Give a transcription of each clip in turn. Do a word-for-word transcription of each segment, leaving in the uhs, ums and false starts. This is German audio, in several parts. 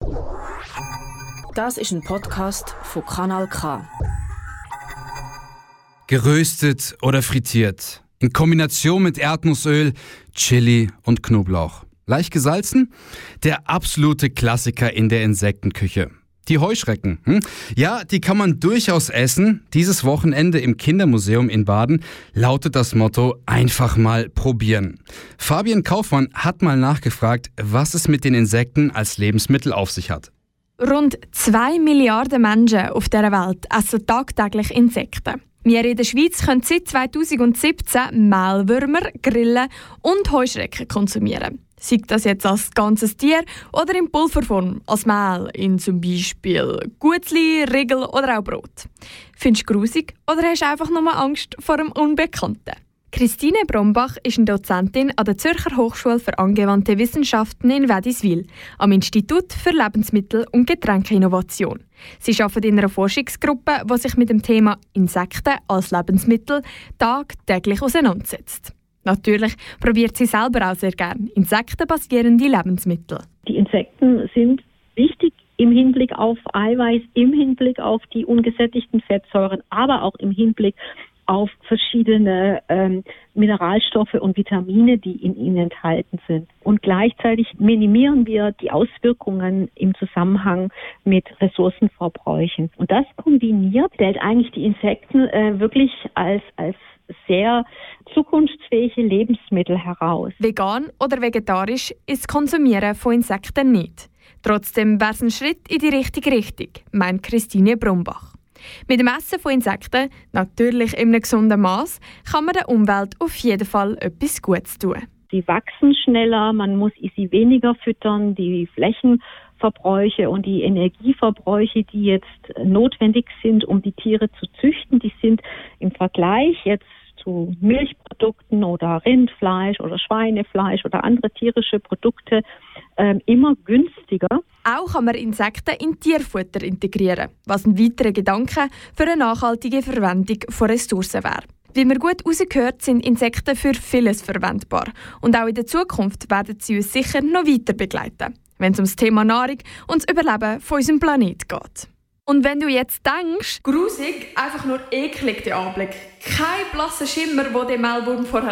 Das ist ein Podcast von Kanal K. Geröstet oder frittiert. In Kombination mit Erdnussöl, Chili und Knoblauch. Leicht gesalzen? Der absolute Klassiker in der Insektenküche. Die Heuschrecken. Hm? Ja, die kann man durchaus essen. Dieses Wochenende im Kindermuseum in Baden lautet das Motto: einfach mal probieren. Fabian Kaufmann hat mal nachgefragt, was es mit den Insekten als Lebensmittel auf sich hat. Rund zwei Milliarden Menschen auf dieser Welt essen tagtäglich Insekten. Wir in der Schweiz können seit zweitausendsiebzehn Mehlwürmer, Grillen und Heuschrecken konsumieren. Sei das jetzt als ganzes Tier oder in Pulverform, als Mehl in zum Beispiel Gutzli, Riegel oder auch Brot. Findest du grusig oder hast du einfach nur Angst vor dem Unbekannten? Christine Brombach ist eine Dozentin an der Zürcher Hochschule für angewandte Wissenschaften in Wädiswil am Institut für Lebensmittel- und Getränkeinnovation. Sie arbeitet in einer Forschungsgruppe, die sich mit dem Thema Insekten als Lebensmittel tagtäglich auseinandersetzt. Natürlich probiert sie selber auch sehr gerne insektenbasierende Lebensmittel. Die Insekten sind wichtig im Hinblick auf Eiweiß, im Hinblick auf die ungesättigten Fettsäuren, aber auch im Hinblick auf verschiedene ähm, Mineralstoffe und Vitamine, die in ihnen enthalten sind. Und gleichzeitig minimieren wir die Auswirkungen im Zusammenhang mit Ressourcenverbräuchen. Und das kombiniert stellt eigentlich die Insekten äh, wirklich als, als sehr zukunftsfähige Lebensmittel heraus. Vegan oder vegetarisch ist das Konsumieren von Insekten nicht. Trotzdem wäre es ein Schritt in die richtige Richtung, meint Christine Brombach. Mit dem Essen von Insekten, natürlich in einem gesunden Maß, kann man der Umwelt auf jeden Fall etwas Gutes tun. Sie wachsen schneller, man muss sie weniger füttern, die Flächenverbräuche und die Energieverbräuche, die jetzt notwendig sind, um die Tiere zu züchten, die sind im Vergleich jetzt zu Milchprodukten oder Rindfleisch oder Schweinefleisch oder andere tierische Produkte äh, immer günstiger. Auch kann man Insekten in Tierfutter integrieren, was ein weiterer Gedanke für eine nachhaltige Verwendung von Ressourcen wäre. Wie man gut herausgehört, sind Insekten für vieles verwendbar. Und auch in der Zukunft werden sie uns sicher noch weiter begleiten, wenn es um das Thema Nahrung und das Überleben von unserem Planeten geht. Und wenn du jetzt denkst, grusig, einfach nur eklig der Anblick, kein blasser Schimmer, wo der Mehlwurm vorher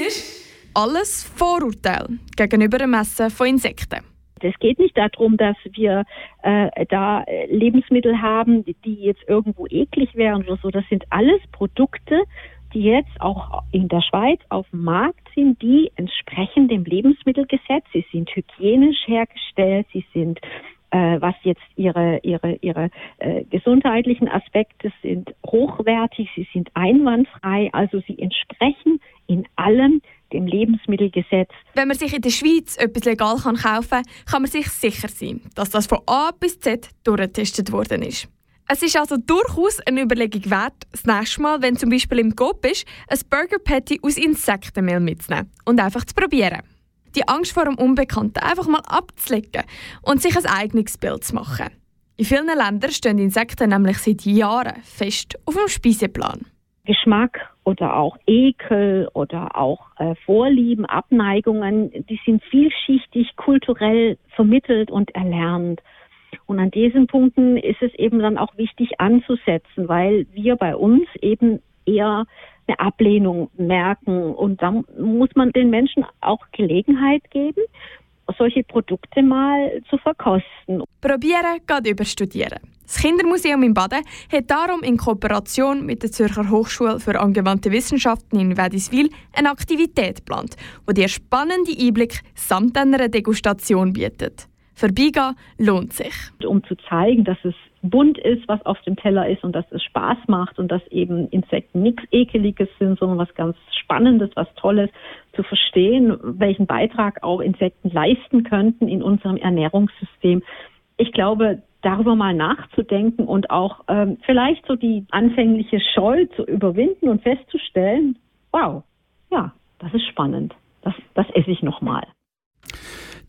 war, alles Vorurteil gegenüber dem Essen von Insekten. Es geht nicht darum, dass wir äh, da Lebensmittel haben, die, die jetzt irgendwo eklig wären oder so. Das sind alles Produkte, die jetzt auch in der Schweiz auf dem Markt sind, die entsprechen dem Lebensmittelgesetz. Sie sind hygienisch hergestellt, sie sind äh, was jetzt ihre ihre ihre äh, gesundheitlichen Aspekte sind, hochwertig, sie sind einwandfrei, also sie entsprechen in allem dem Lebensmittelgesetz. Wenn man sich in der Schweiz etwas legal kaufen kann, kann man sich sicher sein, dass das von A bis Z durchgetestet worden ist. Es ist also durchaus eine Überlegung wert, das nächste Mal, wenn zum Beispiel im Coop bist, ein Burger Patty aus Insektenmehl mitzunehmen und einfach zu probieren. Die Angst vor dem Unbekannten einfach mal abzulegen und sich ein eigenes Bild zu machen. In vielen Ländern stehen Insekten nämlich seit Jahren fest auf dem Speiseplan. Geschmack oder auch Ekel oder auch äh, Vorlieben, Abneigungen, die sind vielschichtig kulturell vermittelt und erlernt. Und an diesen Punkten ist es eben dann auch wichtig anzusetzen, weil wir bei uns eben eher eine Ablehnung merken. Und da muss man den Menschen auch Gelegenheit geben, solche Produkte mal zu verkosten. Probieren geht über Studieren. Das Kindermuseum in Baden hat darum in Kooperation mit der Zürcher Hochschule für angewandte Wissenschaften in Wädiswil eine Aktivität geplant, die dir spannende Einblicke samt einer Degustation bietet. Vorbeigehen lohnt sich. Um zu zeigen, dass es bunt ist, was auf dem Teller ist und dass es Spaß macht und dass eben Insekten nichts Ekeliges sind, sondern was ganz Spannendes, was Tolles, zu verstehen, welchen Beitrag auch Insekten leisten könnten in unserem Ernährungssystem. Ich glaube, darüber mal nachzudenken und auch ähm, vielleicht so die anfängliche Scheu zu überwinden und festzustellen, wow, ja, das ist spannend, das, das esse ich nochmal.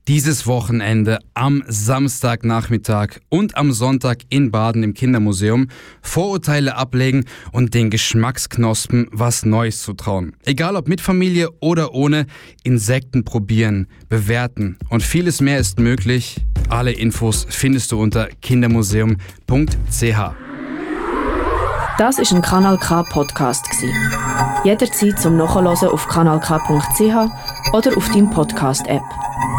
Dieses Wochenende am Samstagnachmittag und am Sonntag in Baden im Kindermuseum Vorurteile ablegen und den Geschmacksknospen was Neues zu trauen. Egal ob mit Familie oder ohne, Insekten probieren, bewerten und vieles mehr ist möglich. Alle Infos findest du unter kindermuseum punkt c h. Das ist ein Kanal K Podcast gsi. Jederzeit zum Nachhören auf kanal k punkt c h oder auf deinem Podcast-App.